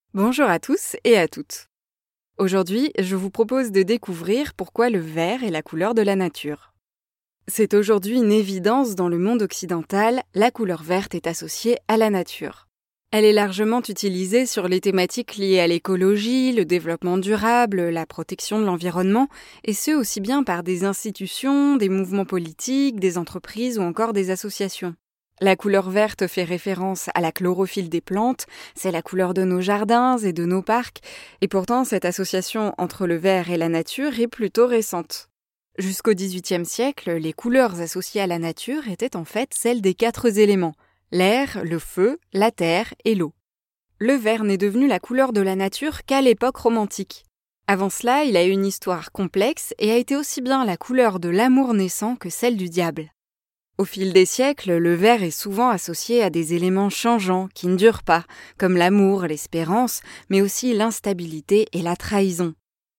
Bonjour à tous et à toutes. Aujourd'hui, je vous propose de découvrir pourquoi le vert est la couleur de la nature. C'est aujourd'hui une évidence dans le monde occidental, la couleur verte est associée à la nature. Elle est largement utilisée sur les thématiques liées à l'écologie, le développement durable, la protection de l'environnement, et ce aussi bien par des institutions, des mouvements politiques, des entreprises ou encore des associations. La couleur verte fait référence à la chlorophylle des plantes, c'est la couleur de nos jardins et de nos parcs, et pourtant cette association entre le vert et la nature est plutôt récente. Jusqu'au XVIIIe siècle, les couleurs associées à la nature étaient en fait celles des 4 éléments, l'air, le feu, la terre et l'eau. Le vert n'est devenu la couleur de la nature qu'à l'époque romantique. Avant cela, il a eu une histoire complexe et a été aussi bien la couleur de l'amour naissant que celle du diable. Au fil des siècles, le vert est souvent associé à des éléments changeants qui ne durent pas, comme l'amour, l'espérance, mais aussi l'instabilité et la trahison.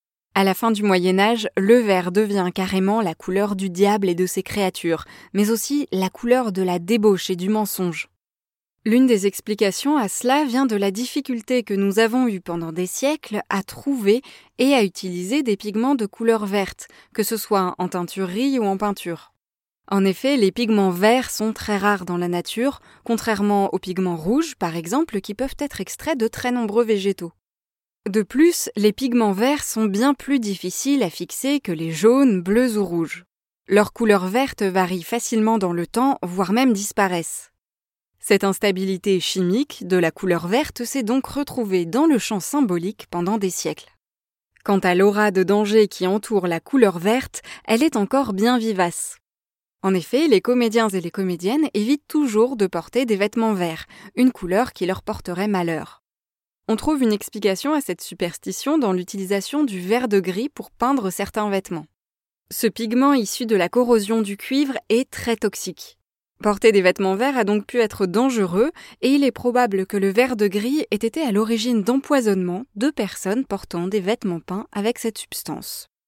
À la fin du Moyen-Âge, le vert devient carrément la couleur du diable et de ses créatures, mais aussi la couleur de la débauche et du mensonge. L'une des explications à cela vient de la difficulté que nous avons eue pendant des siècles à trouver et à utiliser des pigments de couleur verte, que ce soit en teinturerie ou en peinture. En effet, les pigments verts sont très rares dans la nature, contrairement aux pigments rouges, par exemple, qui peuvent être extraits de très nombreux végétaux. De plus, les pigments verts sont bien plus difficiles à fixer que les jaunes, bleus ou rouges. Leur couleur verte varie facilement dans le temps, voire même disparaissent. Cette instabilité chimique de la couleur verte s'est donc retrouvée dans le champ symbolique pendant des siècles. Quant à l'aura de danger qui entoure la couleur verte, elle est encore bien vivace. En effet, les comédiens et les comédiennes évitent toujours de porter des vêtements verts, une couleur qui leur porterait malheur. On trouve une explication à cette superstition dans l'utilisation du vert de gris pour peindre certains vêtements. Ce pigment issu de la corrosion du cuivre est très toxique. Porter des vêtements verts a donc pu être dangereux et il est probable que le vert de gris ait été à l'origine d'empoisonnement de personnes portant des vêtements peints avec cette substance.